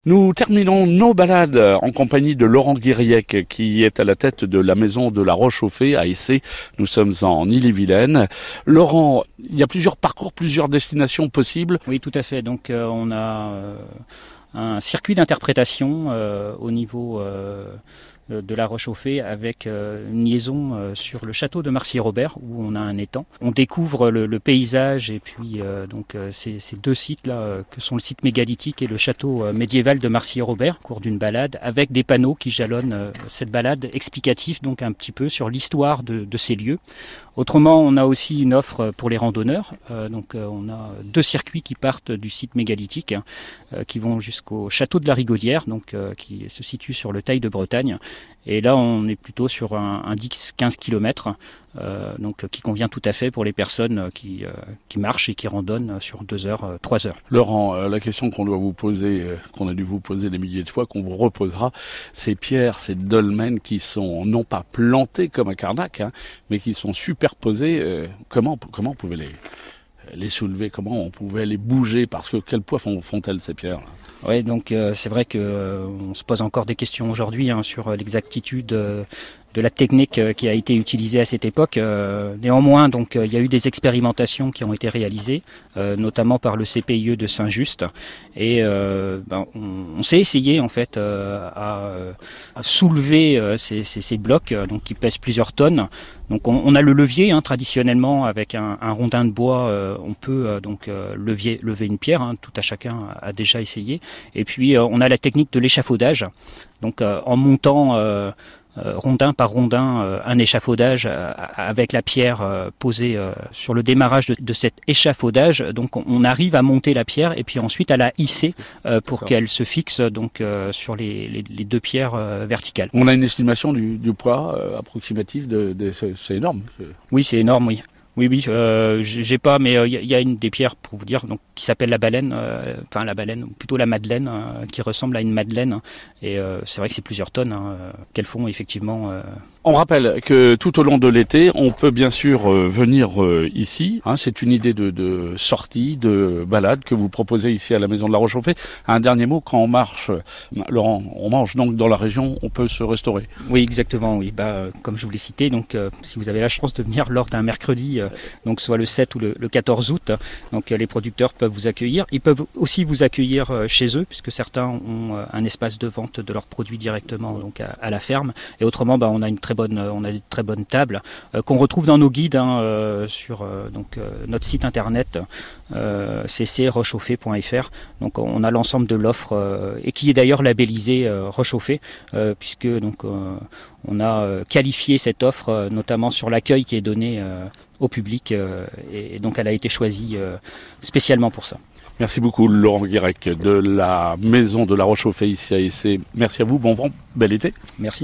Nous terminons nos balades en compagnie de Laurent Guiriec qui est à la tête de la maison de la Roche-au-Fée à Essé. Nous sommes en Ille-et-Vilaine. Laurent, il y a plusieurs parcours, plusieurs destinations possibles. Oui, tout à fait. Donc on a un circuit d'interprétation au niveau de la Roche-au-Fée avec une liaison sur le château de Marcy-Robert où on a un étang. On découvre le paysage et puis ces deux sites là que sont le site mégalithique et le château médiéval de Marcy-Robert au cours d'une balade avec des panneaux qui jalonnent cette balade explicatifs donc un petit peu sur l'histoire de ces lieux. Autrement, on a aussi une offre pour les randonneurs. On a deux circuits qui partent du site mégalithique qui vont jusqu'au château de la Rigaudière qui se situe sur le Tail de Bretagne. Et là, on est plutôt sur un 10-15 km, qui convient tout à fait pour les personnes qui marchent et qui randonnent sur 2 heures, 3 heures. Laurent, la question qu'on doit vous poser, qu'on a dû vous poser des milliers de fois, qu'on vous reposera, ces pierres, ces dolmens qui sont non pas plantées comme à Carnac, mais qui sont superposées. Comment on pouvait les soulever, comment on pouvait les bouger, parce que quel poids font-elles ces pierres-là? Oui, donc c'est vrai que on se pose encore des questions aujourd'hui sur l'exactitude de la technique qui a été utilisée à cette époque. Néanmoins, il y a eu des expérimentations qui ont été réalisées, notamment par le CPIE de Saint-Just, et on s'est essayé en fait à soulever ces blocs qui pèsent plusieurs tonnes. Donc on a le levier traditionnellement avec un rondin de bois, on peut lever une pierre. Tout à chacun a déjà essayé. Et puis on a la technique de l'échafaudage. Donc en montant rondin par rondin, un échafaudage avec la pierre posée sur le démarrage de cet échafaudage. Donc on arrive à monter la pierre et puis ensuite à la hisser pour qu'elle se fixe sur les deux pierres verticales. On a une estimation du poids approximatif c'est énorme. Oui, c'est énorme, oui. Oui, j'ai pas, mais il y a une des pierres pour vous dire, qui s'appelle la baleine, ou plutôt la madeleine, qui ressemble à une madeleine. Et c'est vrai que c'est plusieurs tonnes qu'elles font effectivement. On rappelle que tout au long de l'été, on peut bien sûr venir ici. C'est une idée de sortie, de balade que vous proposez ici à la maison de la Roche-au-Fée. Un dernier mot, quand on marche, Laurent, on mange donc dans la région, on peut se restaurer. Oui, exactement. Oui, comme je vous l'ai cité, si vous avez la chance de venir lors d'un mercredi, soit le 7 ou le 14 août, les producteurs peuvent vous accueillir. Ils peuvent aussi vous accueillir chez eux, puisque certains ont un espace de vente de leurs produits directement à la ferme. Et autrement, on a de très bonnes tables qu'on retrouve dans nos guides sur notre site internet ccrocheauffée.fr. Donc on a l'ensemble de l'offre et qui est d'ailleurs labellisée Roche-au-Fée, puisque on a qualifié cette offre notamment sur l'accueil qui est donné au public et donc elle a été choisie spécialement pour ça. Merci beaucoup Laurent Guiriec de la maison de la Roche-au-Fée ici à Essé. Merci à vous, bon vent, bel été. Merci.